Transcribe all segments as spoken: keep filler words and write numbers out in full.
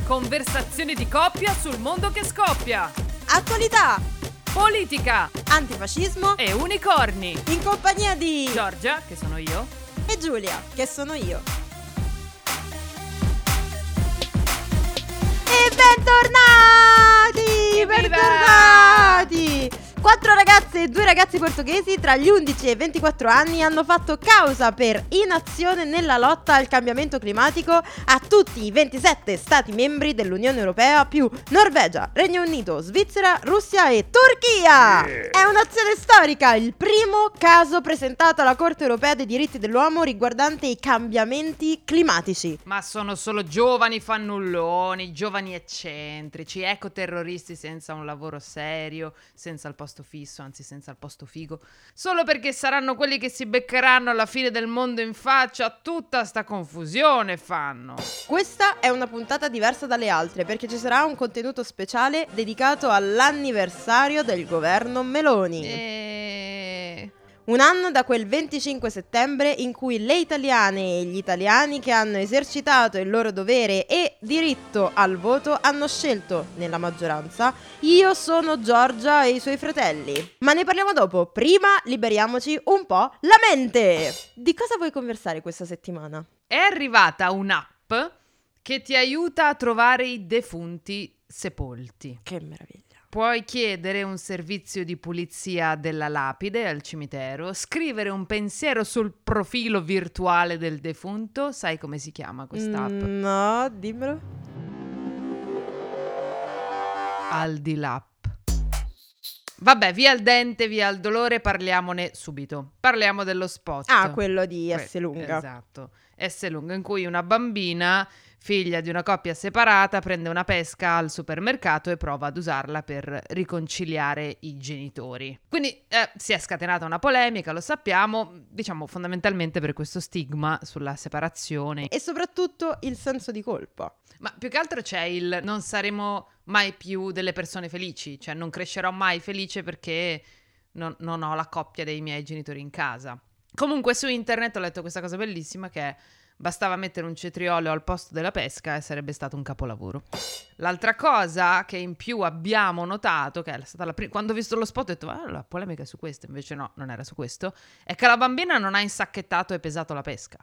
Conversazioni di coppia sul mondo che scoppia. Attualità, Politica antifascismo e unicorni. in compagnia di Giorgia, che sono io, e Giulia, che sono io. E bentornati! Evviva! Bentornati! Quattro ragazze e due ragazzi portoghesi tra gli undici e i ventiquattro anni hanno fatto causa per inazione nella lotta al cambiamento climatico a tutti i ventisette stati membri dell'Unione Europea più Norvegia, Regno Unito, Svizzera, Russia e Turchia. È un'azione storica, il primo caso presentato alla Corte Europea dei diritti dell'uomo riguardante i cambiamenti climatici. ma sono solo giovani fannulloni, giovani eccentrici, ecoterroristi senza un lavoro serio, senza il posto fisso, anzi senza il posto figo, solo perché saranno quelli che si beccheranno alla fine del mondo in faccia. Tutta sta confusione fanno. Questa è una puntata diversa dalle altre perché ci sarà un contenuto speciale dedicato all'anniversario del governo Meloni. E... Un anno da quel venticinque settembre in cui le italiane e gli italiani che hanno esercitato il loro dovere e diritto al voto hanno scelto, nella maggioranza, io sono Giorgia e i suoi fratelli. Ma ne parliamo dopo, prima liberiamoci un po' la mente! Di cosa vuoi conversare questa settimana? È arrivata un'app che ti aiuta a trovare i defunti sepolti. Che meraviglia! Puoi chiedere un servizio di pulizia della lapide al cimitero, scrivere un pensiero sul profilo virtuale del defunto. Sai come si chiama quest'app? Mm, no, dimmelo. Aldilap. Vabbè, via il dente, via il dolore, parliamone subito. Parliamo dello spot. Ah, quello di Que- Esselunga. Esatto, Esselunga, in cui una bambina, figlia di una coppia separata, prende una pesca al supermercato e prova ad usarla per riconciliare i genitori. Quindi eh, si è scatenata una polemica, lo sappiamo, diciamo fondamentalmente per questo stigma sulla separazione. E soprattutto il senso di colpa. Ma più che altro c'è il non saremo mai più delle persone felici, cioè non crescerò mai felice perché non, non ho la coppia dei miei genitori in casa. Comunque su internet ho letto questa cosa bellissima che è: bastava mettere un cetriolo al posto della pesca e sarebbe stato un capolavoro. L'altra cosa che in più abbiamo notato, che è stata la prima, quando ho visto lo spot ho detto ah, la polemica è su questo, invece no, non era su questo, è che la bambina non ha insacchettato e pesato la pesca.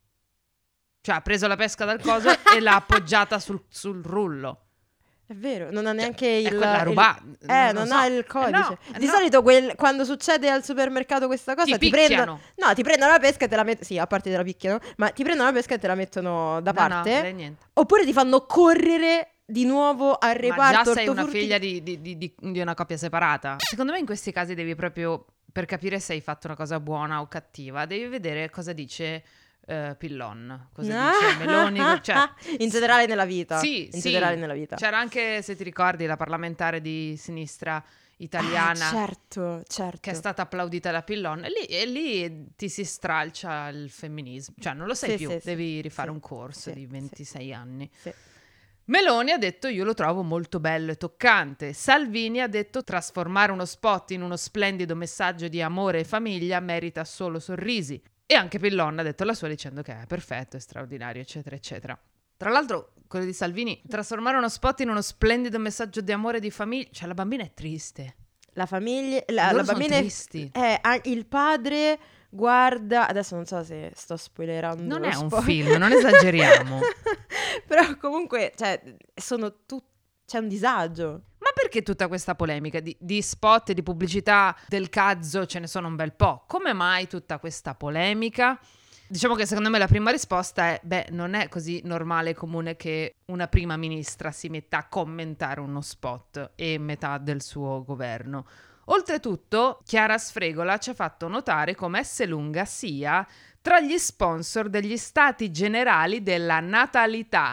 Cioè ha preso la pesca dal coso e l'ha appoggiata sul, sul rullo. È vero, non ha neanche Cioè, il... è quella il- ruba- Eh, non non lo ha so. il codice. Eh no, eh Di no. solito quel- quando succede al supermercato questa cosa Ti ti, prendono... picchiano. No, ti prendono la pesca e te la mettono... Sì, a parte te la picchiano. Ma ti prendono la pesca e te la mettono da No, no, parte. lei niente. Oppure ti fanno correre di nuovo al Ma reparto già sei una ortofrutticolo. figlia di, di- di- di- di una coppia separata. Secondo me in questi casi devi proprio, per capire se hai fatto una cosa buona o cattiva, devi vedere cosa dice eh, Pillon, cosa dice Meloni, cioè, In generale nella vita. Sì, In sì. generale nella vita. C'era anche, se ti ricordi, la parlamentare di sinistra italiana Ah, certo, certo. che è stata applaudita da Pillon, e lì, e lì ti si stralcia il femminismo, cioè non lo sai Sì, più, sì, sì. devi rifare Sì, un corso sì, di sì. ventisei anni. Sì. Meloni ha detto io lo trovo molto bello e toccante. Salvini ha detto trasformare uno spot in uno splendido messaggio di amore e famiglia merita solo sorrisi. E anche Pillon ha detto la sua dicendo che è perfetto, è straordinario, eccetera, eccetera. Tra l'altro, quello di Salvini, trasformare uno spot in uno splendido messaggio di amore e di famiglia, cioè la bambina è triste. La famiglia... La, Loro la sono bambina è- tristi. è... ah, il padre guarda... Adesso non so se sto spoilerando Non lo è un spot. film, non esageriamo. Però comunque, cioè, sono tutti... C'è un disagio. Ma perché tutta questa polemica di, di spot e di pubblicità del cazzo ce ne sono un bel po'? Come mai tutta questa polemica? Diciamo che secondo me la prima risposta è, beh, non è così normale e comune che una prima ministra si metta a commentare uno spot e metà del suo governo. Oltretutto, Chiara Sfregola ci ha fatto notare come Esselunga sia tra gli sponsor degli stati generali della natalità.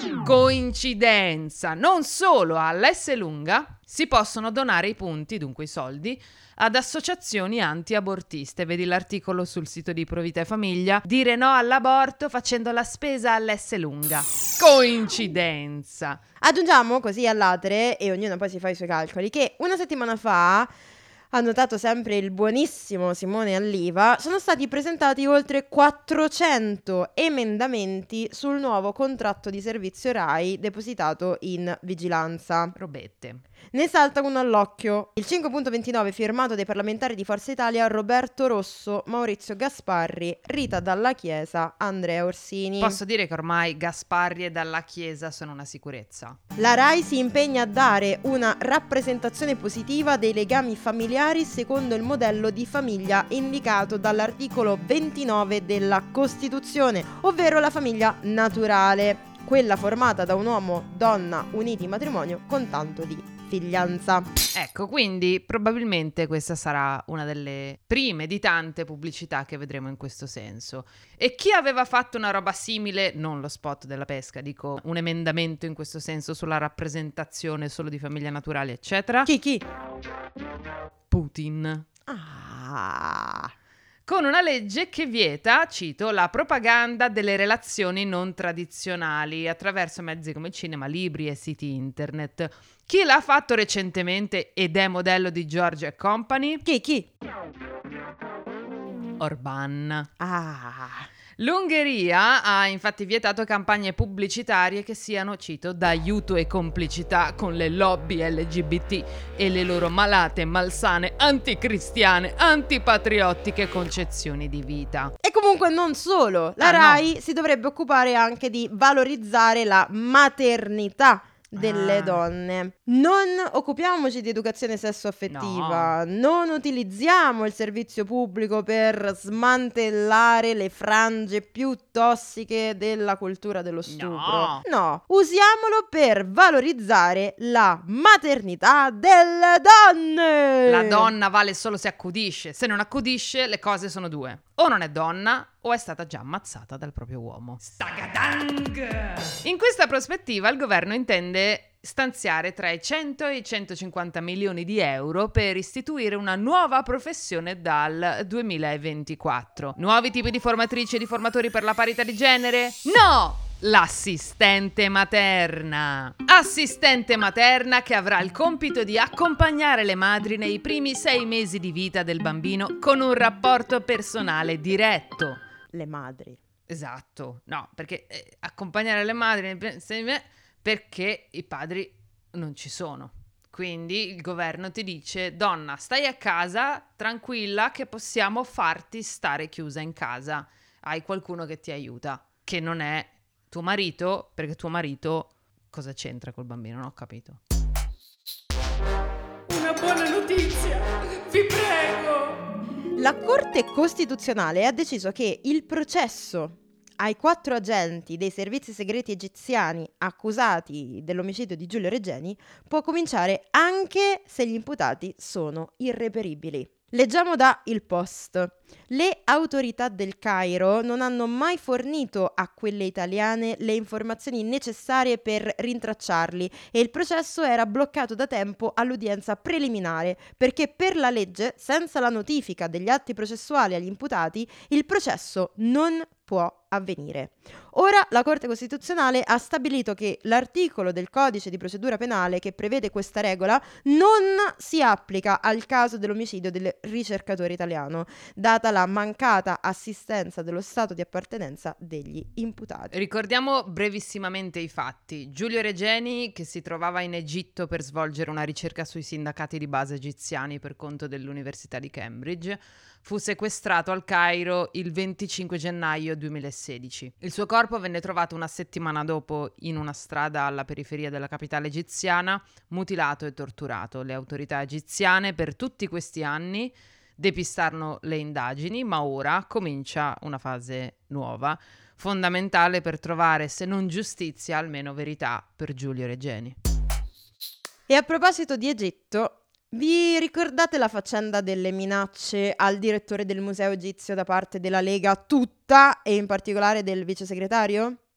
Coincidenza! Non solo all'Esselunga si possono donare i punti, dunque i soldi, ad associazioni anti-abortiste. Vedi l'articolo sul sito di Provita e Famiglia. Dire no all'aborto facendo la spesa all'Esselunga. Coincidenza! Aggiungiamo così all'atere, e ognuno poi si fa i suoi calcoli, che una settimana fa ha notato sempre il buonissimo Simone Alliva, sono stati presentati oltre quattrocento emendamenti sul nuovo contratto di servizio RAI depositato in vigilanza. Robette. Ne salta uno all'occhio. Il cinque punto ventinove firmato dai parlamentari di Forza Italia Roberto Rosso, Maurizio Gasparri, Rita Dalla Chiesa, Andrea Orsini. Posso dire che ormai Gasparri e Dalla Chiesa sono una sicurezza. La RAI si impegna a dare una rappresentazione positiva dei legami familiari secondo il modello di famiglia indicato dall'articolo ventinove della Costituzione, ovvero la famiglia naturale, quella formata da un uomo, donna uniti in matrimonio con tanto di figlianza. Ecco, quindi probabilmente questa sarà una delle prime di tante pubblicità che vedremo in questo senso. E chi aveva fatto una roba simile, non lo spot della pesca, dico un emendamento in questo senso sulla rappresentazione solo di famiglie naturali, eccetera? Chi chi? Putin. Ah... Con una legge che vieta, cito, la propaganda delle relazioni non tradizionali attraverso mezzi come cinema, libri e siti internet. Chi l'ha fatto recentemente ed è modello di Giorgia e Company? Chi chi? Orban. Ah... L'Ungheria ha infatti vietato campagne pubblicitarie che siano, cito, d'aiuto e complicità con le lobby L G B T e le loro malate, malsane, anticristiane, antipatriottiche concezioni di vita. E comunque non solo, la Ah, RAI no. si dovrebbe occupare anche di valorizzare la maternità delle Ah. donne. Non occupiamoci di educazione sessuo-affettiva, non utilizziamo il servizio pubblico per smantellare le frange più tossiche della cultura dello stupro. No. No, usiamolo per valorizzare la maternità delle donne. La donna vale solo se accudisce, se non accudisce le cose sono due. O non è donna o è stata già ammazzata dal proprio uomo. Stagadang! In questa prospettiva il governo intende stanziare tra i cento e i centocinquanta milioni di euro per istituire una nuova professione dal duemilaventiquattro. Nuovi tipi di formatrici e di formatori per la parità di genere? No! L'assistente materna. Assistente materna che avrà il compito di accompagnare le madri nei primi sei mesi di vita del bambino con un rapporto personale diretto. Le madri. Esatto, no, perché eh, accompagnare le madri nei primi sei mesi perché i padri non ci sono. Quindi il governo ti dice: donna, stai a casa, tranquilla, che possiamo farti stare chiusa in casa. Hai qualcuno che ti aiuta, che non è tuo marito, perché tuo marito cosa c'entra col bambino? Non ho capito. Una buona notizia, vi prego! La Corte Costituzionale ha deciso che il processo ai quattro agenti dei servizi segreti egiziani accusati dell'omicidio di Giulio Regeni può cominciare anche se gli imputati sono irreperibili. Leggiamo da Il Post. Le autorità del Cairo non hanno mai fornito a quelle italiane le informazioni necessarie per rintracciarli e il processo era bloccato da tempo all'udienza preliminare perché per la legge, senza la notifica degli atti processuali agli imputati, il processo non può avvenire. Ora la Corte Costituzionale ha stabilito che l'articolo del Codice di procedura penale che prevede questa regola non si applica al caso dell'omicidio del ricercatore italiano, data la mancata assistenza dello stato di appartenenza degli imputati. Ricordiamo brevissimamente i fatti. Giulio Regeni, che si trovava in Egitto per svolgere una ricerca sui sindacati di base egiziani per conto dell'Università di Cambridge, fu sequestrato al Cairo il venticinque gennaio duemilasedici. Il suo corpo venne trovato una settimana dopo in una strada alla periferia della capitale egiziana, mutilato e torturato. Le autorità egiziane per tutti questi anni depistarono le indagini, ma ora comincia una fase nuova, fondamentale per trovare, se non giustizia, almeno verità per Giulio Regeni. E a proposito di Egitto, vi ricordate la faccenda delle minacce al direttore del museo egizio da parte della Lega tutta e in particolare del vice segretario?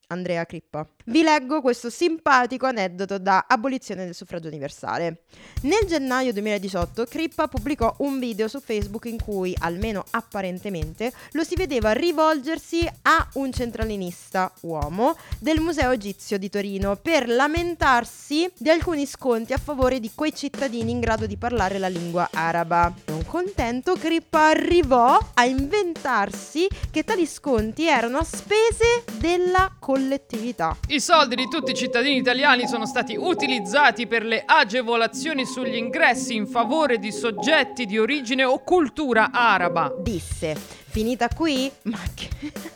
Andrea Crippa. Vi leggo questo simpatico aneddoto da Abolizione del suffragio universale. Nel gennaio duemiladiciotto Crippa pubblicò un video su Facebook in cui, almeno apparentemente, lo si vedeva rivolgersi a un centralinista uomo del Museo Egizio di Torino per lamentarsi di alcuni sconti a favore di quei cittadini in grado di parlare la lingua araba. Non contento, Crippa arrivò a inventarsi che tali sconti erano a spese della collettività. I soldi di tutti i cittadini italiani sono stati utilizzati per le agevolazioni sugli ingressi in favore di soggetti di origine o cultura araba. Disse. Finita qui? Ma che...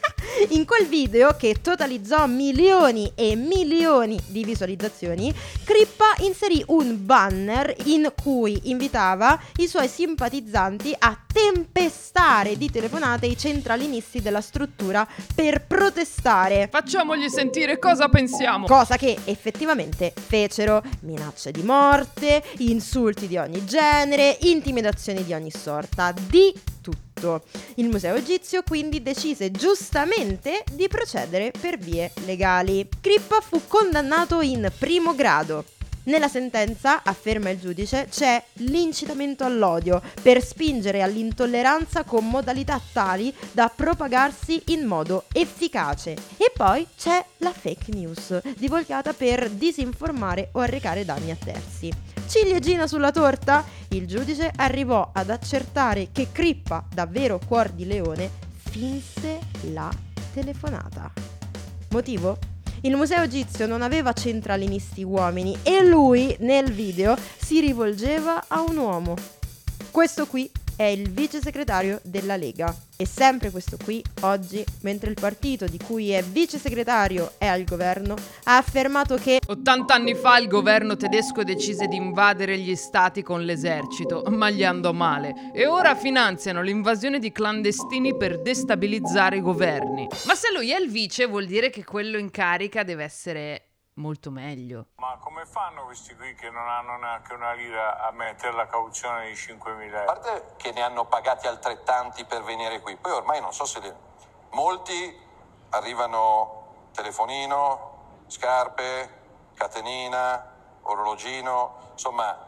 In quel video, che totalizzò milioni e milioni di visualizzazioni, Crippa inserì un banner in cui invitava i suoi simpatizzanti a tempestare di telefonate i centralinisti della struttura per protestare. Facciamogli sentire cosa pensiamo. Cosa che effettivamente fecero: minacce di morte, insulti di ogni genere, intimidazioni di ogni sorta, di tutto. Il Museo Egizio quindi decise giustamente di procedere per vie legali. Crippa fu condannato in primo grado. Nella sentenza, afferma il giudice, c'è l'incitamento all'odio per spingere all'intolleranza con modalità tali da propagarsi in modo efficace. E poi c'è la fake news, divulgata per disinformare o arrecare danni a terzi. Ciliegina sulla torta? Il giudice arrivò ad accertare che Crippa, davvero cuor di leone, finse la telefonata. Motivo? Il Museo Egizio non aveva centralinisti uomini e lui, nel video, si rivolgeva a un uomo. Questo qui è il vice segretario della Lega. E sempre questo qui, oggi, mentre il partito di cui è vice segretario è al governo, ha affermato che ottanta anni fa il governo tedesco decise di invadere gli stati con l'esercito, ma gli andò male. E ora finanziano l'invasione di clandestini per destabilizzare i governi. Ma se lui è il vice, vuol dire che quello in carica deve essere molto meglio. Ma come fanno questi qui che non hanno neanche una lira a mettere la cauzione di cinquemila euro? A parte che ne hanno pagati altrettanti per venire qui, poi ormai non so se le... molti arrivano telefonino, scarpe, catenina, orologino, insomma...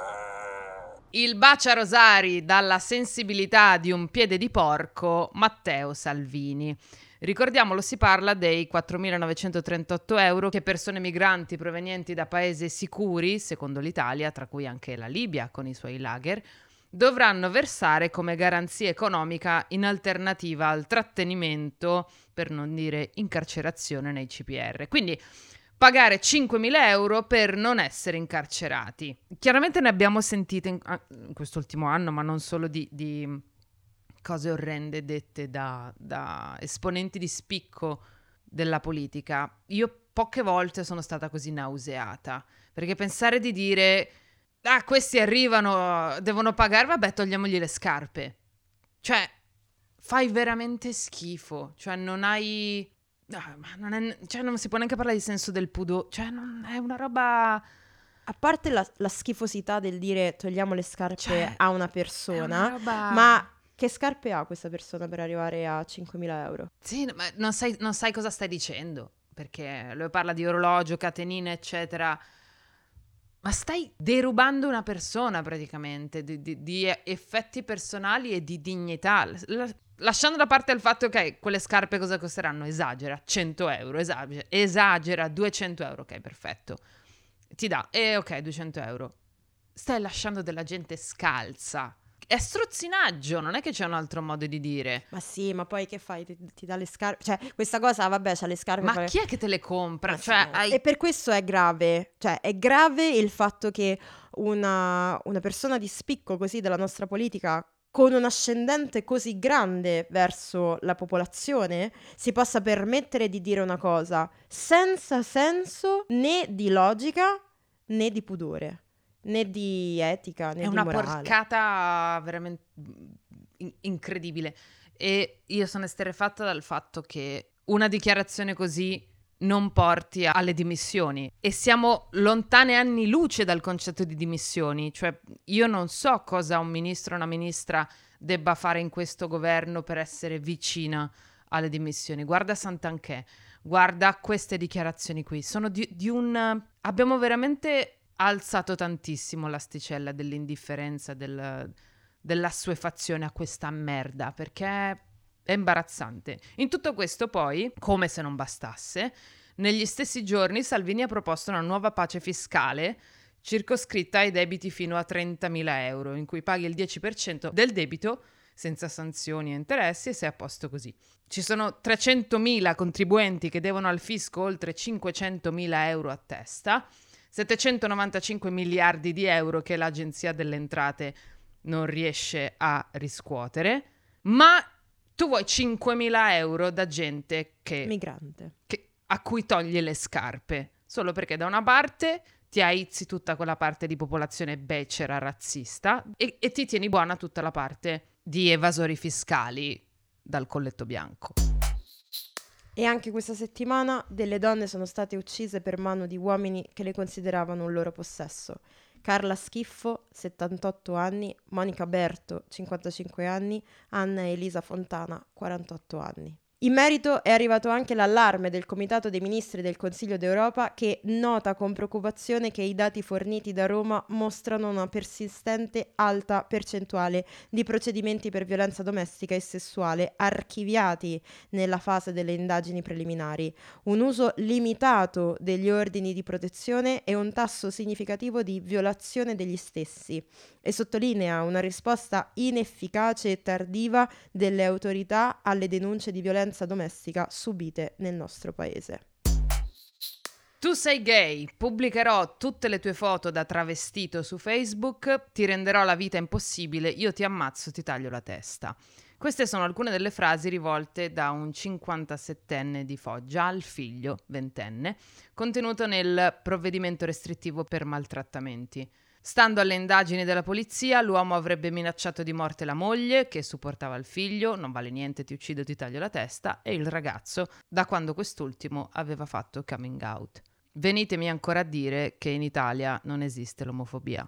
Eh... Il bacia rosari dalla sensibilità di un piede di porco, Matteo Salvini. Ricordiamolo, si parla dei quattromilanovecentottrentotto euro che persone migranti provenienti da paesi sicuri, secondo l'Italia, tra cui anche la Libia con i suoi lager, dovranno versare come garanzia economica in alternativa al trattenimento, per non dire incarcerazione nei C P R. Quindi pagare cinquemila euro per non essere incarcerati. Chiaramente ne abbiamo sentite in, in quest'ultimo anno, ma non solo di... di cose orrende dette da, da esponenti di spicco della politica. Io poche volte sono stata così nauseata, perché pensare di dire ah, questi arrivano, devono pagare, vabbè, togliamogli le scarpe. Cioè, fai veramente schifo. Cioè, non hai... No, ma non, è, cioè, non si può neanche parlare di senso del pudore. Cioè, non è una roba... A parte la, la schifosità del dire togliamo le scarpe cioè, a una persona, una roba... ma... Che scarpe ha questa persona per arrivare a cinquemila euro? Sì, ma non sai, non sai cosa stai dicendo, perché lui parla di orologio, catenine, eccetera. Ma stai derubando una persona praticamente, di, di, di effetti personali e di dignità. La, lasciando da parte il fatto che okay, quelle scarpe cosa costeranno? Esagera, cento euro, esagera, esagera, duecento euro, ok, perfetto. Ti dà, e eh, ok, duecento euro. Stai lasciando della gente scalza. È strozzinaggio, non è che c'è un altro modo di dire. Ma sì, ma poi che fai? Ti, ti dà le scarpe? Cioè, questa cosa, vabbè, c'ha le scarpe. Ma fare... chi è che te le compra? Ma Cioè, sì, hai... E per questo è grave. Cioè, è grave il fatto che una, una persona di spicco così della nostra politica, con un ascendente così grande verso la popolazione, si possa permettere di dire una cosa senza senso né di logica né di pudore. Né di etica, né è di una morale. porcata veramente in- incredibile. E io sono esterrefatta dal fatto che una dichiarazione così non porti alle dimissioni. E siamo lontane anni luce dal concetto di dimissioni. Cioè, io non so cosa un ministro o una ministra debba fare in questo governo per essere vicina alle dimissioni, guarda Santanchè, guarda queste dichiarazioni qui, sono di, di un... abbiamo veramente alzato tantissimo l'asticella dell'indifferenza, del, dell'assuefazione a questa merda, perché è imbarazzante. In tutto questo poi, come se non bastasse, negli stessi giorni Salvini ha proposto una nuova pace fiscale circoscritta ai debiti fino a trentamila euro, in cui paghi il dieci per cento del debito senza sanzioni e interessi e sei a posto così. Ci sono trecentomila contribuenti che devono al fisco oltre cinquecentomila euro a testa, settecentonovantacinque miliardi di euro che l'Agenzia delle Entrate non riesce a riscuotere, ma tu vuoi cinquemila euro da gente che, Migrante. che, a cui toglie le scarpe, solo perché da una parte ti aizzi tutta quella parte di popolazione becera, razzista, e, e ti tieni buona tutta la parte di evasori fiscali dal colletto bianco. E anche questa settimana delle donne sono state uccise per mano di uomini che le consideravano un loro possesso. Carla Schiffo, settantotto anni, Monica Berto, cinquantacinque anni, Anna Elisa Fontana, quarantotto anni. In merito è arrivato anche l'allarme del Comitato dei Ministri del Consiglio d'Europa, che nota con preoccupazione che i dati forniti da Roma mostrano una persistente alta percentuale di procedimenti per violenza domestica e sessuale archiviati nella fase delle indagini preliminari, un uso limitato degli ordini di protezione e un tasso significativo di violazione degli stessi, e sottolinea una risposta inefficace e tardiva delle autorità alle denunce di violenza domestica subite nel nostro paese. Tu sei gay, pubblicherò tutte le tue foto da travestito su Facebook, ti renderò la vita impossibile, io ti ammazzo, ti taglio la testa. Queste sono alcune delle frasi rivolte da un cinquantasettenne di Foggia al figlio, ventenne, contenuto nel provvedimento restrittivo per maltrattamenti. Stando alle indagini della polizia, l'uomo avrebbe minacciato di morte la moglie, che supportava il figlio, non vale niente, ti uccido, ti taglio la testa, e il ragazzo, da quando quest'ultimo aveva fatto coming out. Venitemi ancora a dire che in Italia non esiste l'omofobia.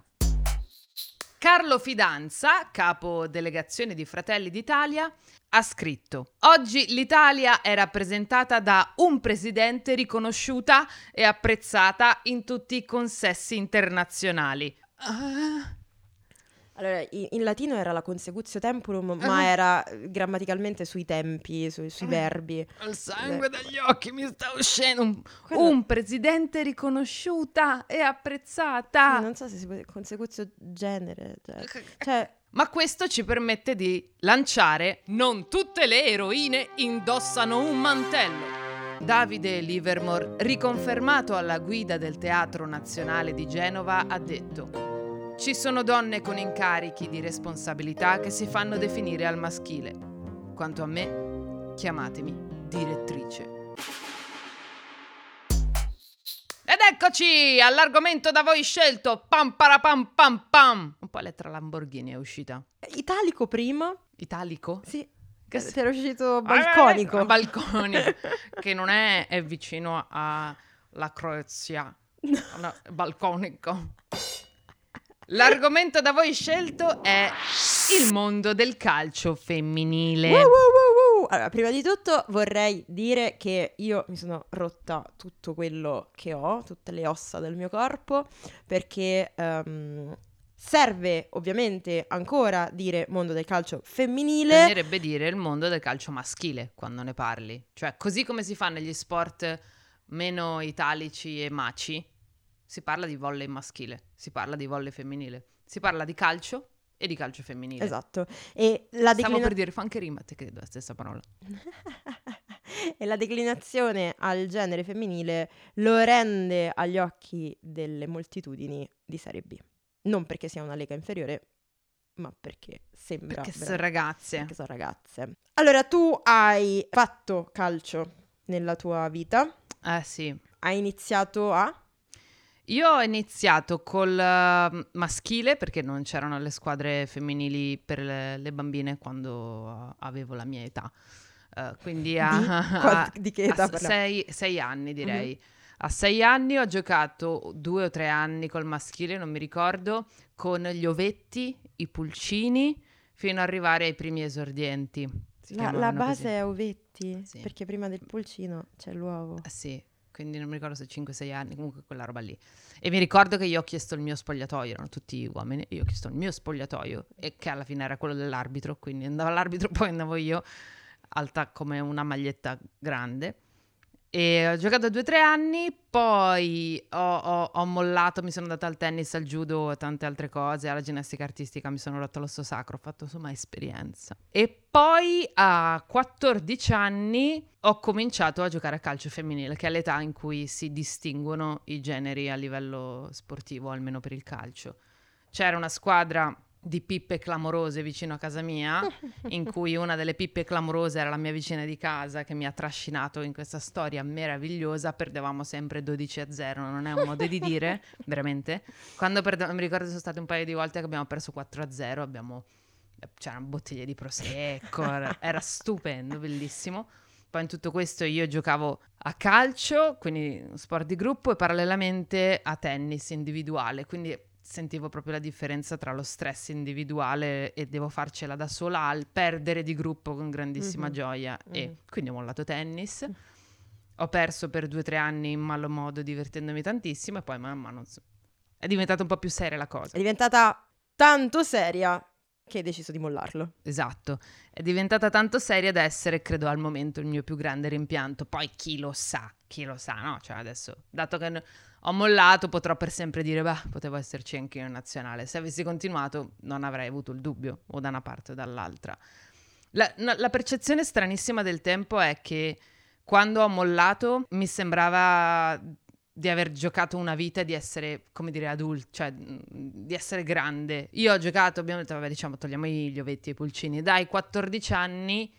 Carlo Fidanza, capo delegazione di Fratelli d'Italia, ha scritto: oggi l'Italia è rappresentata da un presidente riconosciuta e apprezzata in tutti i consessi internazionali. Uh. Allora, in, in latino era la consecutio temporum, Uh. ma era grammaticalmente sui tempi, su, sui uh. verbi. Il sangue dagli occhi mi sta uscendo. Un, Quello... un presidente riconosciuta e apprezzata. Sì, non so se si può consecutio genere. Cioè, cioè... Ma questo ci permette di lanciare: non tutte le eroine indossano un mantello. Davide Livermore, riconfermato alla guida del Teatro Nazionale di Genova, ha detto: ci sono donne con incarichi di responsabilità che si fanno definire al maschile. Quanto a me, chiamatemi direttrice. Ed eccoci all'argomento da voi scelto. Pam parapam pam pam. Un po' lettera Lamborghini è uscita. Italico prima. Italico? Sì. Che s- era uscito balconico. Ah, balconico. Che non è, è vicino alla Croazia. No, balconico. L'argomento da voi scelto è il mondo del calcio femminile. Uh, uh, uh, uh. Allora, prima di tutto vorrei dire che io mi sono rotta tutto quello che ho, tutte le ossa del mio corpo, perché um, serve ovviamente ancora dire mondo del calcio femminile. Bisognerebbe dire il mondo del calcio maschile quando ne parli. Cioè, così come si fa negli sport meno italici e maci, si parla di volley maschile, si parla di volley femminile, si parla di calcio e di calcio femminile. Esatto. E la Stavo declina... per dire, fa anche rima, te credo, la stessa parola. E la declinazione al genere femminile lo rende agli occhi delle moltitudini di Serie B. Non perché sia una lega inferiore, ma perché sembra... Perché sono ragazze. Perché sono ragazze. Allora, tu hai fatto calcio nella tua vita. Eh sì. Hai iniziato a... Io ho iniziato col uh, maschile perché non c'erano le squadre femminili per le, le bambine quando uh, avevo la mia età. Uh, quindi a, Di? a, Di che età a parliamo? sei, sei anni direi. Mhm. A sei anni ho giocato due o tre anni col maschile, non mi ricordo, con gli ovetti, i pulcini, fino ad arrivare ai primi esordienti. Si La, la chiamavano base così. è ovetti, Sì. perché prima del pulcino c'è l'uovo. Eh sì, quindi non mi ricordo se cinque sei anni, comunque quella roba lì. E mi ricordo che io ho chiesto il mio spogliatoio, erano tutti uomini, io ho chiesto il mio spogliatoio, e che alla fine era quello dell'arbitro, quindi andava l'arbitro, poi andavo io, alta come una maglietta grande. E ho giocato due o tre anni, poi ho, ho- ho mollato, mi sono andata al tennis, al judo e tante altre cose, alla ginnastica artistica, mi sono rotto l'osso sacro, ho fatto insomma esperienza. E poi a quattordici anni ho cominciato a giocare a calcio femminile, che è l'età in cui si distinguono i generi a livello sportivo, almeno per il calcio. C'era una squadra di pippe clamorose vicino a casa mia, in cui una delle pippe clamorose era la mia vicina di casa che mi ha trascinato in questa storia meravigliosa. Perdevamo sempre dodici a zero, non è un modo di dire, veramente. Quando perde- mi ricordo sono state un paio di volte che abbiamo perso quattro a zero, abbiamo... c'erano bottiglie di prosecco, era, era stupendo, bellissimo. Poi in tutto questo io giocavo a calcio, quindi sport di gruppo, e parallelamente a tennis individuale, quindi sentivo proprio la differenza tra lo stress individuale e devo farcela da sola al perdere di gruppo con grandissima Mhm. gioia. Mhm. E quindi ho mollato tennis, ho perso per due o tre anni in malo modo divertendomi tantissimo, e poi man mano insomma, è diventata un po' più seria la cosa. È diventata tanto seria che hai deciso di mollarlo. Esatto, è diventata tanto seria da essere, credo, al momento il mio più grande rimpianto. Poi chi lo sa, chi lo sa, no? Cioè adesso, dato che n- ho mollato, potrò per sempre dire, bah, potevo esserci anche io in nazionale. Se avessi continuato non avrei avuto il dubbio, o da una parte o dall'altra. La, no, la percezione stranissima del tempo è che quando ho mollato mi sembrava di aver giocato una vita, di essere, come dire, adulto, cioè mh, di essere grande. Io ho giocato, abbiamo detto, vabbè, diciamo, togliamo gli ovetti e i pulcini, dai quattordici anni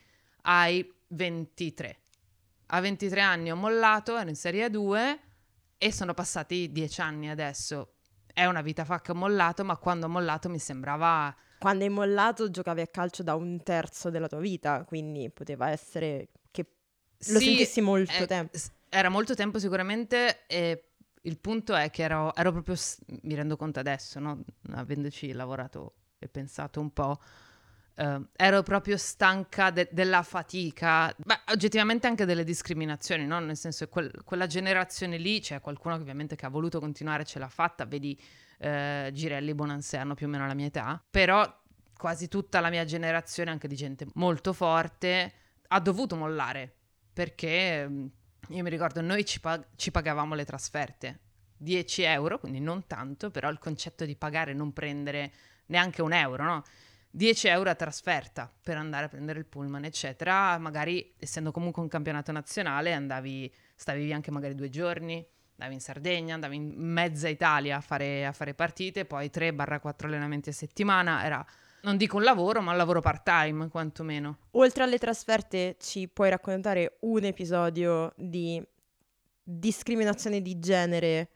ai ventitré. A ventitré anni ho mollato, ero in Serie due e sono passati dieci anni adesso. È una vita fa che ho mollato, ma quando ho mollato mi sembrava... Quando hai mollato giocavi a calcio da un terzo della tua vita, quindi poteva essere che lo Sì, sentissi molto eh, tempo. s- era molto tempo sicuramente, e il punto è che ero, ero proprio, s- mi rendo conto adesso, no? Avendoci lavorato e pensato un po', eh, ero proprio stanca de- della fatica, beh, oggettivamente anche delle discriminazioni, no? Nel senso che quel- quella generazione lì, c'è qualcuno che ovviamente che ha voluto continuare, ce l'ha fatta, vedi eh, Girelli, Bonansè hanno più o meno la mia età, però quasi tutta la mia generazione, anche di gente molto forte, ha dovuto mollare, perché mm, io mi ricordo, noi ci, pag- ci pagavamo le trasferte, dieci euro, quindi non tanto, però il concetto di pagare e non prendere neanche un euro, no? dieci euro a trasferta per andare a prendere il pullman, eccetera. Magari, essendo comunque un campionato nazionale, andavi, stavi via anche magari due giorni, andavi in Sardegna, andavi in mezza Italia a fare, a fare partite, poi tre quattro allenamenti a settimana. Era, non dico un lavoro, ma un lavoro part-time, quantomeno. Oltre alle trasferte, ci puoi raccontare un episodio di discriminazione di genere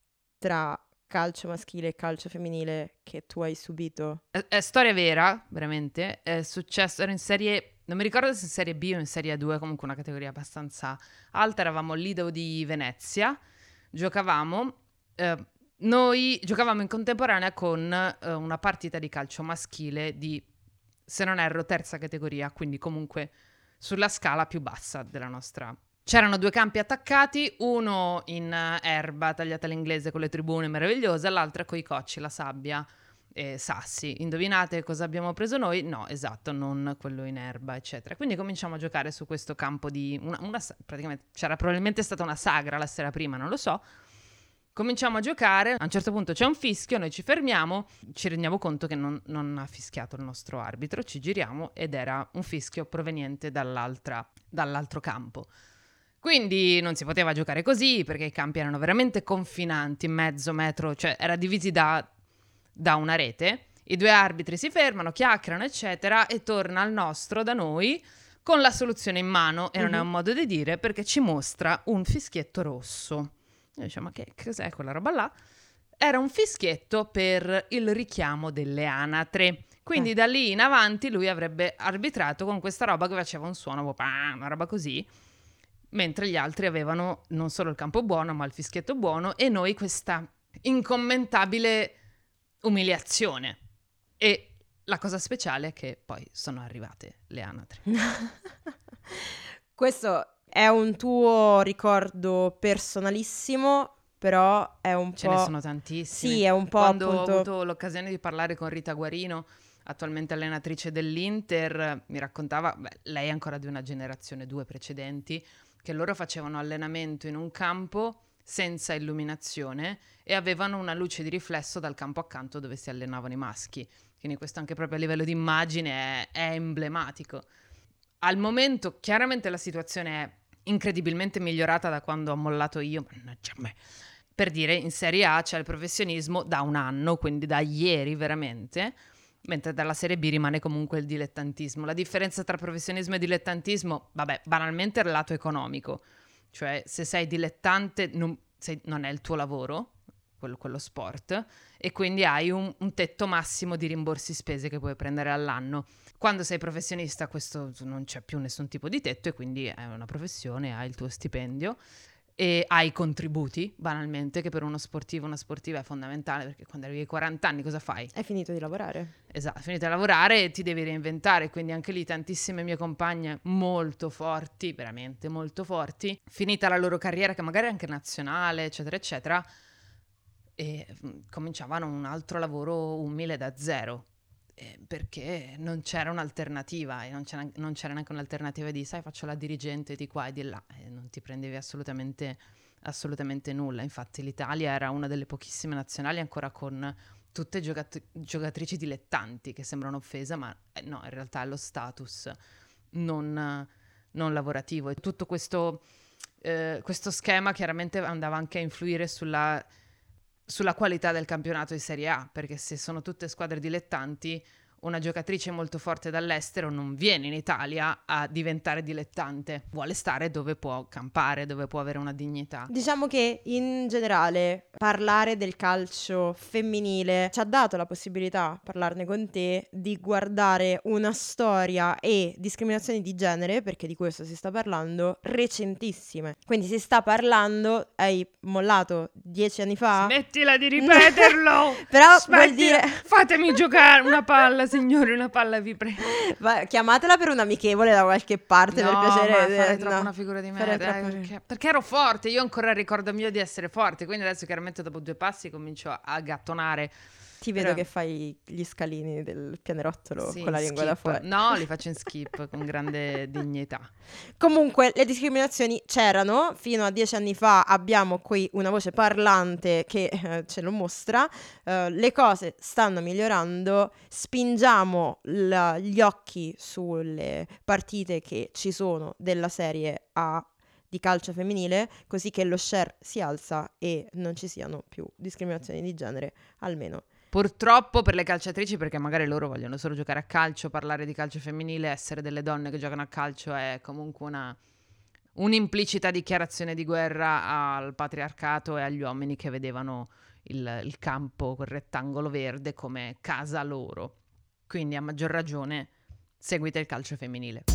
tra calcio maschile e calcio femminile che tu hai subito? È, è storia vera, veramente. È successo, ero in serie, non mi ricordo se in serie B o in serie due, comunque una categoria abbastanza alta. Eravamo al Lido di Venezia, giocavamo, eh, noi giocavamo in contemporanea con eh, una partita di calcio maschile di, se non erro, terza categoria, quindi comunque sulla scala più bassa della nostra. C'erano due campi attaccati, uno in eh, erba tagliata all'inglese con le tribune meravigliose, l'altra con i cocci, la sabbia e sassi. Indovinate cosa abbiamo preso noi? No, esatto, non quello in erba, eccetera. Quindi cominciamo a giocare su questo campo di... Una, una, praticamente c'era probabilmente stata una sagra la sera prima, non lo so. Cominciamo a giocare, a un certo punto c'è un fischio, noi ci fermiamo, ci rendiamo conto che non, non ha fischiato il nostro arbitro, ci giriamo ed era un fischio proveniente dall'altra, dall'altro campo. Quindi non si poteva giocare così perché i campi erano veramente confinanti, mezzo metro, cioè era divisi da, da una rete. I due arbitri si fermano, chiacchierano, eccetera, e torna al nostro, da noi, con la soluzione in mano, e non è un modo di dire, perché ci mostra un fischietto rosso. Noi diciamo, ma che cos'è quella roba là? Era un fischietto per il richiamo delle anatre. Quindi Eh. da lì in avanti lui avrebbe arbitrato con questa roba che faceva un suono, una roba così, mentre gli altri avevano non solo il campo buono, ma il fischietto buono, e noi questa incommentabile umiliazione. E La cosa speciale è che poi sono arrivate le anatre. Questo è un tuo ricordo personalissimo, però è un Ce po'... ne sono tantissimi. Sì, è un po' Quando appunto... ho avuto l'occasione di parlare con Rita Guarino, attualmente allenatrice dell'Inter, mi raccontava, beh, lei è ancora di una generazione, due precedenti, che loro facevano allenamento in un campo senza illuminazione e avevano una luce di riflesso dal campo accanto dove si allenavano i maschi. Quindi questo anche proprio a livello di immagine è, è emblematico. Al momento chiaramente la situazione è incredibilmente migliorata da quando ho mollato io, mannaggia me. Per dire, in Serie A c'è il professionismo da un anno, quindi da ieri veramente, mentre dalla Serie B rimane comunque il dilettantismo. La differenza tra professionismo e dilettantismo, vabbè, banalmente è il lato economico. Cioè, se sei dilettante non, sei, non è il tuo lavoro, quello, quello sport, e quindi hai un, un tetto massimo di rimborsi spese che puoi prendere all'anno. Quando sei professionista questo non c'è più nessun tipo di tetto e quindi è una professione, hai il tuo stipendio e hai contributi, banalmente, che per uno sportivo, una sportiva è fondamentale, perché quando arrivi ai quaranta anni cosa fai? Hai finito di lavorare. Esatto, hai finito di lavorare e ti devi reinventare, quindi anche lì tantissime mie compagne molto forti, veramente molto forti, finita la loro carriera, che magari è anche nazionale, eccetera, eccetera, e cominciavano un altro lavoro umile da zero. Eh, perché non c'era un'alternativa e non c'era, non c'era neanche un'alternativa di sai faccio la dirigente di qua e di là e non ti prendevi assolutamente assolutamente nulla. Infatti l'Italia era una delle pochissime nazionali ancora con tutte giocat- giocatrici dilettanti, che sembra un'offesa ma eh, no, in realtà è lo status non, non lavorativo e tutto questo, eh, questo schema chiaramente andava anche a influire sulla sulla qualità del campionato di Serie A, perché se sono tutte squadre dilettanti, una giocatrice molto forte dall'estero non viene in Italia a diventare dilettante, vuole stare dove può campare, dove può avere una dignità. Diciamo che in generale parlare del calcio femminile ci ha dato la possibilità, parlarne con te, di guardare una storia e discriminazioni di genere, perché di questo si sta parlando, recentissime. Quindi si sta parlando, hai mollato dieci anni fa? Smettila di ripeterlo! Però Smettila. vuol dire... Fatemi giocare una palla, signori, una palla vi prego. Va, chiamatela per un amichevole da qualche parte, No, per piacere. ma eh, fare troppo no. una figura di me, Fare dai, troppo- perché, perché ero forte, io ancora ricordo mio di essere forte, quindi adesso chiaramente dopo due passi comincio a, a gattonare. Ti vedo Però- che fai gli scalini del pianerottolo Sì, con la lingua da skip. fuori. No, li faccio in skip con grande dignità. Comunque le discriminazioni c'erano, fino a dieci anni fa abbiamo qui una voce parlante che eh, ce lo mostra, eh, le cose stanno migliorando, spingiamo la- gli occhi sulle partite che ci sono della Serie A di calcio femminile, così che lo share si alza e non ci siano più discriminazioni di genere, almeno. Purtroppo per le calciatrici, perché magari loro vogliono solo giocare a calcio, parlare di calcio femminile, essere delle donne che giocano a calcio è comunque una un'implicita dichiarazione di guerra al patriarcato e agli uomini che vedevano il, il campo, quel rettangolo verde, come casa loro. Quindi a maggior ragione seguite il calcio femminile.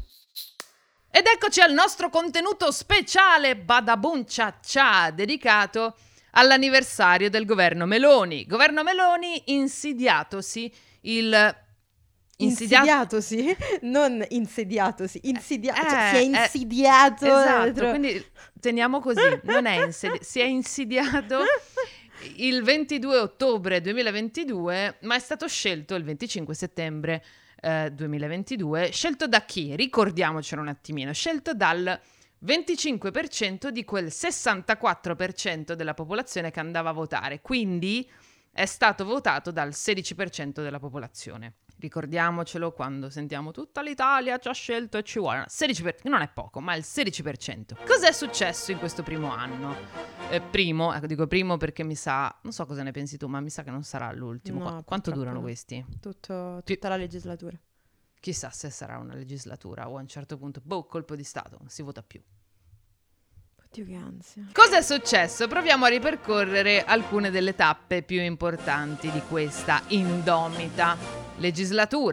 Ed eccoci al nostro contenuto speciale Badabun Cia Cia, dedicato all'anniversario del governo Meloni. Governo Meloni insidiatosi il... insidia- Insidiatosi, non insediatosi, insidiato, Eh, cioè si è eh, insidiato Esatto, dentro. quindi teniamo così, non è insedi- si è insidiato il ventidue ottobre duemilaventidue, ma è stato scelto il venticinque settembre eh, duemilaventidue. Scelto da chi? Ricordiamocelo un attimino. Scelto dal venticinque per cento di quel sessantaquattro per cento della popolazione che andava a votare, quindi è stato votato dal sedici per cento della popolazione. Ricordiamocelo quando sentiamo tutta l'Italia ci ha scelto e ci vuole. sedici per cento, non è poco, ma è il sedici per cento. Cos'è successo in questo primo anno? Eh, primo, ecco dico primo perché mi sa, non so cosa ne pensi tu, ma mi sa che non sarà l'ultimo. No, Qua- Quanto purtroppo durano no. questi? Tutto, Pi- tutta la legislatura. Chissà se sarà una legislatura o a un certo punto, boh, colpo di Stato, non si vota più. Oddio che ansia. Cosa è successo? Proviamo a ripercorrere alcune delle tappe più importanti di questa indomita legislatura.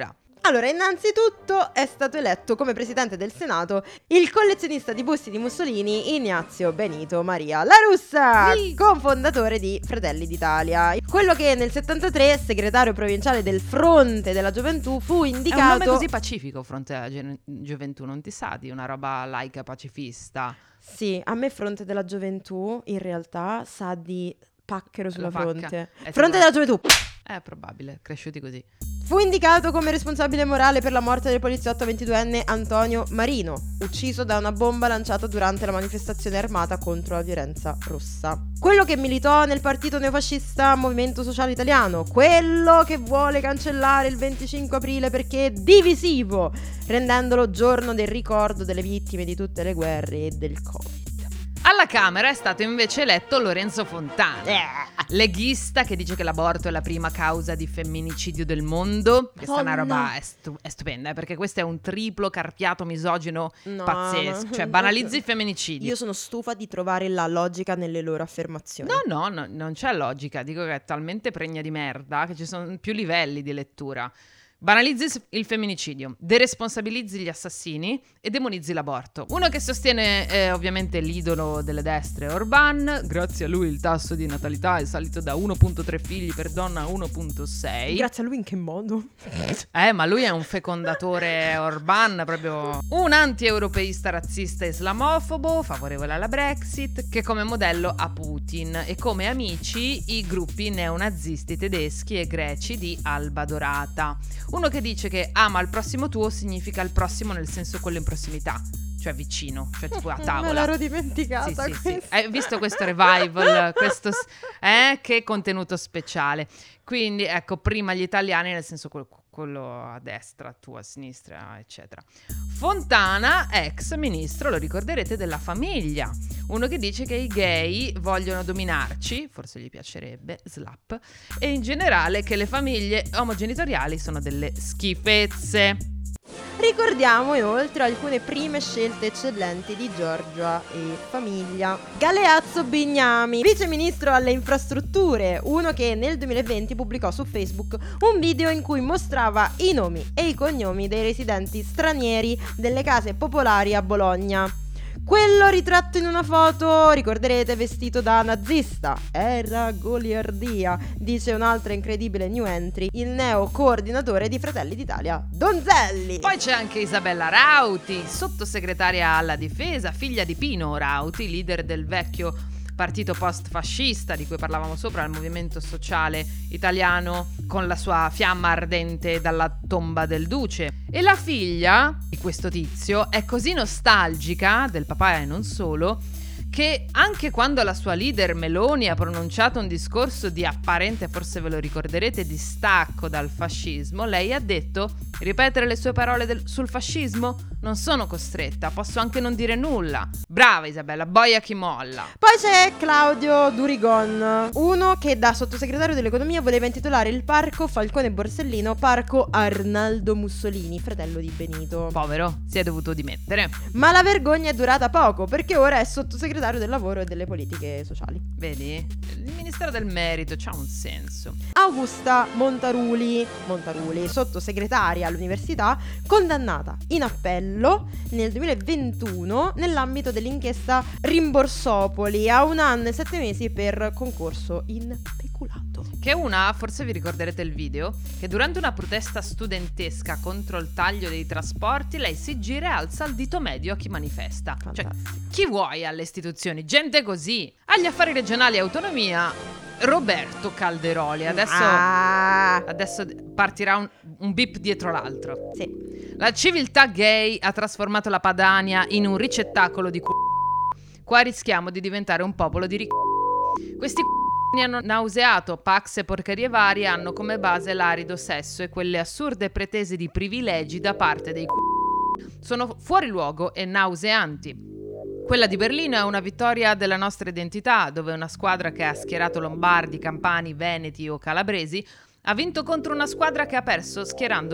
Allora, innanzitutto è stato eletto come presidente del Senato il collezionista di busti di Mussolini Ignazio Benito Maria La Russa, Sì. cofondatore di Fratelli d'Italia. Quello che nel settantatré, segretario provinciale del Fronte della Gioventù, fu È un indicato... nome così pacifico, Fronte della Gen- Gioventù, non ti sa di una roba laica pacifista? Sì, a me Fronte della Gioventù in realtà sa di pacchero sulla La pacca. fronte. Eh, Fronte tipo- della Gioventù. È probabile, cresciuti così. Fu indicato come responsabile morale per la morte del poliziotto ventiduenne Antonio Marino, ucciso da una bomba lanciata durante la manifestazione armata contro la violenza rossa. Quello che militò nel partito neofascista Movimento Sociale Italiano, quello che vuole cancellare il venticinque aprile perché è divisivo, rendendolo giorno del ricordo delle vittime di tutte le guerre e del Covid. Alla Camera è stato invece eletto Lorenzo Fontana, leghista che dice che l'aborto è la prima causa di femminicidio del mondo. Questa è una Madonna. roba è, stu- è stupenda, eh, perché questo è un triplo carpiato misogino No, pazzesco, no. cioè banalizza il femminicidio. Io sono stufa di trovare la logica nelle loro affermazioni. No, no, no, non c'è logica, dico che è talmente pregna di merda che ci sono più livelli di lettura. Banalizzi s- il femminicidio, deresponsabilizzi gli assassini e demonizzi l'aborto. Uno che sostiene eh, ovviamente l'idolo delle destre, Orban. Grazie a lui il tasso di natalità è salito da uno virgola tre figli per donna a uno virgola sei. Grazie a lui in che modo? Eh, ma lui è un fecondatore Orban, proprio un anti-europeista razzista islamofobo, favorevole alla Brexit, che come modello ha Putin e come amici i gruppi neonazisti tedeschi e greci di Alba Dorata. Uno che dice che ama il prossimo tuo significa il prossimo nel senso quello in prossimità, cioè vicino, cioè tipo a tavola. Me l'ero dimenticata. Sì, sì, sì. questa. Hai visto questo revival? questo, s- eh, che contenuto speciale. Quindi, ecco, prima gli italiani, nel senso quel- quello a destra, tu a sinistra, eccetera. Fontana, ex ministro, lo ricorderete, della famiglia. Uno che dice che i gay vogliono dominarci, forse gli piacerebbe, slap, e in generale che le famiglie omogenitoriali sono delle schifezze. Ricordiamo inoltre alcune prime scelte eccellenti di Giorgia e famiglia. Galeazzo Bignami, vice ministro alle infrastrutture, uno che nel duemilaventi pubblicò su Facebook un video in cui mostrava i nomi e i cognomi dei residenti stranieri delle case popolari a Bologna. Quello ritratto in una foto, ricorderete, vestito da nazista. Era goliardia, dice un'altra incredibile new entry, il neo coordinatore di Fratelli d'Italia, Donzelli. Poi c'è anche Isabella Rauti, sottosegretaria alla difesa, figlia di Pino Rauti, leader del vecchio partito post-fascista di cui parlavamo sopra, il movimento sociale italiano, con la sua fiamma ardente dalla tomba del duce. E la figlia di questo tizio è così nostalgica del papà e non solo, che anche quando la sua leader Meloni ha pronunciato un discorso di apparente, forse ve lo ricorderete, distacco dal fascismo, lei ha detto: ripetere le sue parole del- sul fascismo? Non sono costretta, posso anche non dire nulla. Brava Isabella, boia chi molla. Poi c'è Claudio Durigon, uno che da sottosegretario dell'economia voleva intitolare il parco Falcone Borsellino Parco Arnaldo Mussolini, fratello di Benito. Povero, si è dovuto dimettere. Ma la vergogna è durata poco, perché ora è sottosegretario del lavoro e delle politiche sociali. Vedi? Il Ministero del Merito c'ha un senso. Augusta Montaruli, Montaruli, sottosegretaria all'università, condannata in appello nel duemilaventuno nell'ambito dell'inchiesta Rimborsopoli a un anno e sette mesi per concorso in peculato. Che una, forse vi ricorderete il video, che durante una protesta studentesca contro il taglio dei trasporti lei si gira e alza il dito medio a chi manifesta. Cioè, Fantastico. chi vuoi alle istituzioni? Gente così. Agli affari regionali e autonomia, Roberto Calderoli. Adesso, Ah, adesso partirà un, un bip dietro l'altro. sì. La civiltà gay ha trasformato la Padania in un ricettacolo di c***o. Qua rischiamo di diventare un popolo di ric***o. Questi c***o hanno nauseato, pax e porcherie varie hanno come base l'arido sesso e quelle assurde pretese di privilegi da parte dei c***o. Sono fuori luogo e nauseanti. Quella di Berlino è una vittoria della nostra identità, dove una squadra che ha schierato lombardi, campani, veneti o calabresi ha vinto contro una squadra che ha perso schierando neri,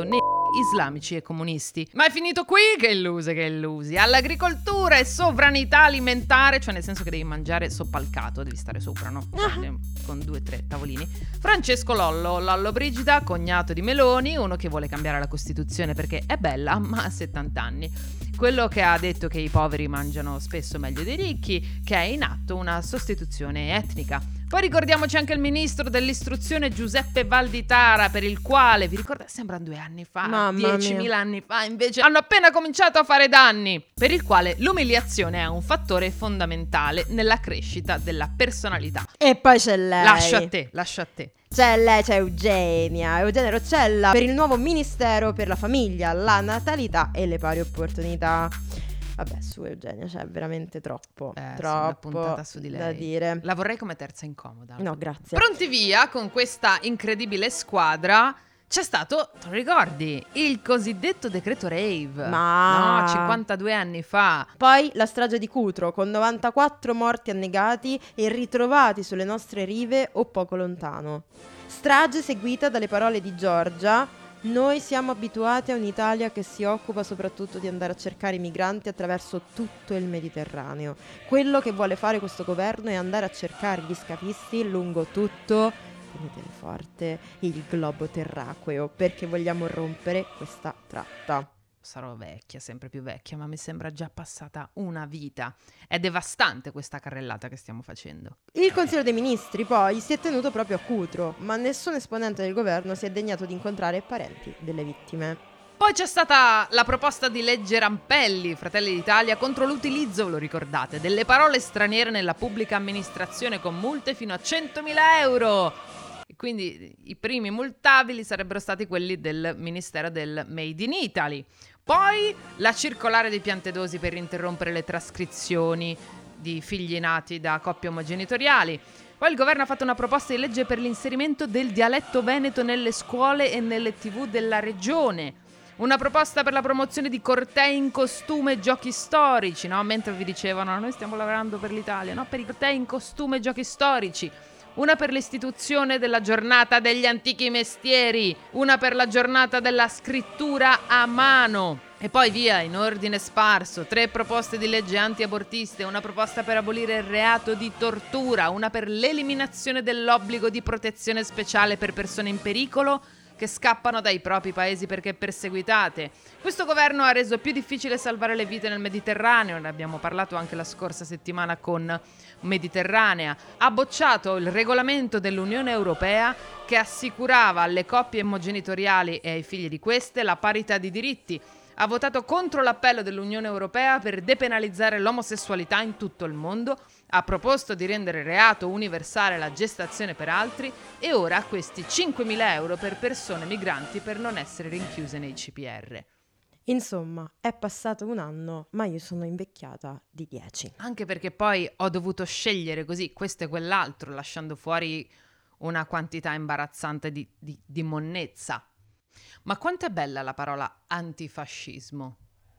islamici e comunisti. Ma è finito qui? Che illusi, che illusi. All'agricoltura e sovranità alimentare, cioè nel senso che devi mangiare soppalcato, devi stare sopra, no? Con due o tre tavolini. Francesco Lollo, Lollo Brigida, cognato di Meloni, uno che vuole cambiare la Costituzione perché è bella, ma ha settanta anni. Quello che ha detto che i poveri mangiano spesso meglio dei ricchi, che è in atto una sostituzione etnica. Poi ricordiamoci anche il ministro dell'istruzione Giuseppe Valditara, per il quale, vi ricordate, sembrano due anni fa, diecimila anni fa, invece hanno appena cominciato a fare danni, per il quale l'umiliazione è un fattore fondamentale nella crescita della personalità. E poi c'è lei. Lascio a te, lascio a te. C'è lei, c'è Eugenia, Eugenia Roccella, per il nuovo Ministero per la Famiglia, la Natalità e le Pari Opportunità. Vabbè, su Eugenia c'è veramente troppo, eh, troppo una puntata su di lei da dire. La vorrei come terza incomoda. No, grazie. Pronti via con questa incredibile squadra. C'è stato, te lo ricordi, il cosiddetto decreto rave. Ma... no, cinquantadue anni fa. Poi la strage di Cutro, con novantaquattro morti annegati e ritrovati sulle nostre rive o poco lontano. Strage seguita dalle parole di Giorgia: noi siamo abituati a un'Italia che si occupa soprattutto di andare a cercare i migranti attraverso tutto il Mediterraneo. Quello che vuole fare questo governo è andare a cercare gli scafisti lungo tutto, teneteli forte, il globo terracqueo, perché vogliamo rompere questa tratta. Sarò vecchia, sempre più vecchia, ma mi sembra già passata una vita. È devastante questa carrellata che stiamo facendo. Il Consiglio dei Ministri poi si è tenuto proprio a Cutro, ma nessun esponente del governo si è degnato di incontrare parenti delle vittime. Poi c'è stata la proposta di legge Rampelli, Fratelli d'Italia, contro l'utilizzo, lo ricordate, delle parole straniere nella pubblica amministrazione con multe fino a centomila euro. E quindi i primi multabili sarebbero stati quelli del Ministero del Made in Italy. Poi la circolare dei Piantedosi per interrompere le trascrizioni di figli nati da coppie omogenitoriali. Poi il governo ha fatto una proposta di legge per l'inserimento del dialetto veneto nelle scuole e nelle tivù della regione. Una proposta per la promozione di cortei in costume e giochi storici, no? Mentre vi dicevano, noi stiamo lavorando per l'Italia, no? Per i cortei in costume e giochi storici. Una per l'istituzione della giornata degli antichi mestieri, una per la giornata della scrittura a mano. E poi via, in ordine sparso, tre proposte di legge anti-abortiste, una proposta per abolire il reato di tortura, una per l'eliminazione dell'obbligo di protezione speciale per persone in pericolo che scappano dai propri paesi perché perseguitate. Questo governo ha reso più difficile salvare le vite nel Mediterraneo, ne abbiamo parlato anche la scorsa settimana con Mediterranea. Ha bocciato il regolamento dell'Unione Europea che assicurava alle coppie omogenitoriali e ai figli di queste la parità di diritti. Ha votato contro l'appello dell'Unione Europea per depenalizzare l'omosessualità in tutto il mondo, ha proposto di rendere reato universale la gestazione per altri e ora ha questi cinquemila euro per persone migranti per non essere rinchiuse nei C P R. Insomma, è passato un anno, ma io sono invecchiata di dieci. Anche perché poi ho dovuto scegliere così questo e quell'altro, lasciando fuori una quantità imbarazzante di, di, di monnezza. Ma quanto è bella la parola antifascismo?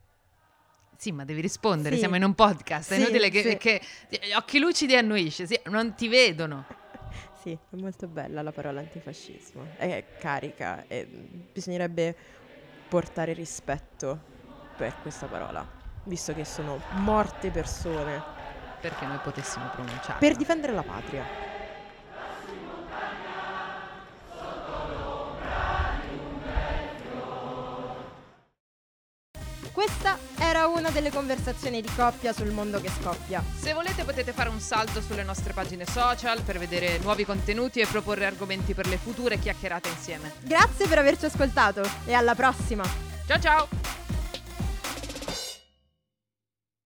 Sì, ma devi rispondere, sì. Siamo in un podcast, è sì, inutile che, sì. che occhi lucidi annuisce, sì, non ti vedono. Sì, è molto bella la parola antifascismo, è carica e bisognerebbe portare rispetto per questa parola, visto che sono morte persone. Perché noi potessimo pronunciarla. Per difendere la patria. Questa era una delle conversazioni di coppia sul mondo che scoppia. Se volete potete fare un salto sulle nostre pagine social per vedere nuovi contenuti e proporre argomenti per le future chiacchierate insieme. Grazie per averci ascoltato e alla prossima! Ciao ciao!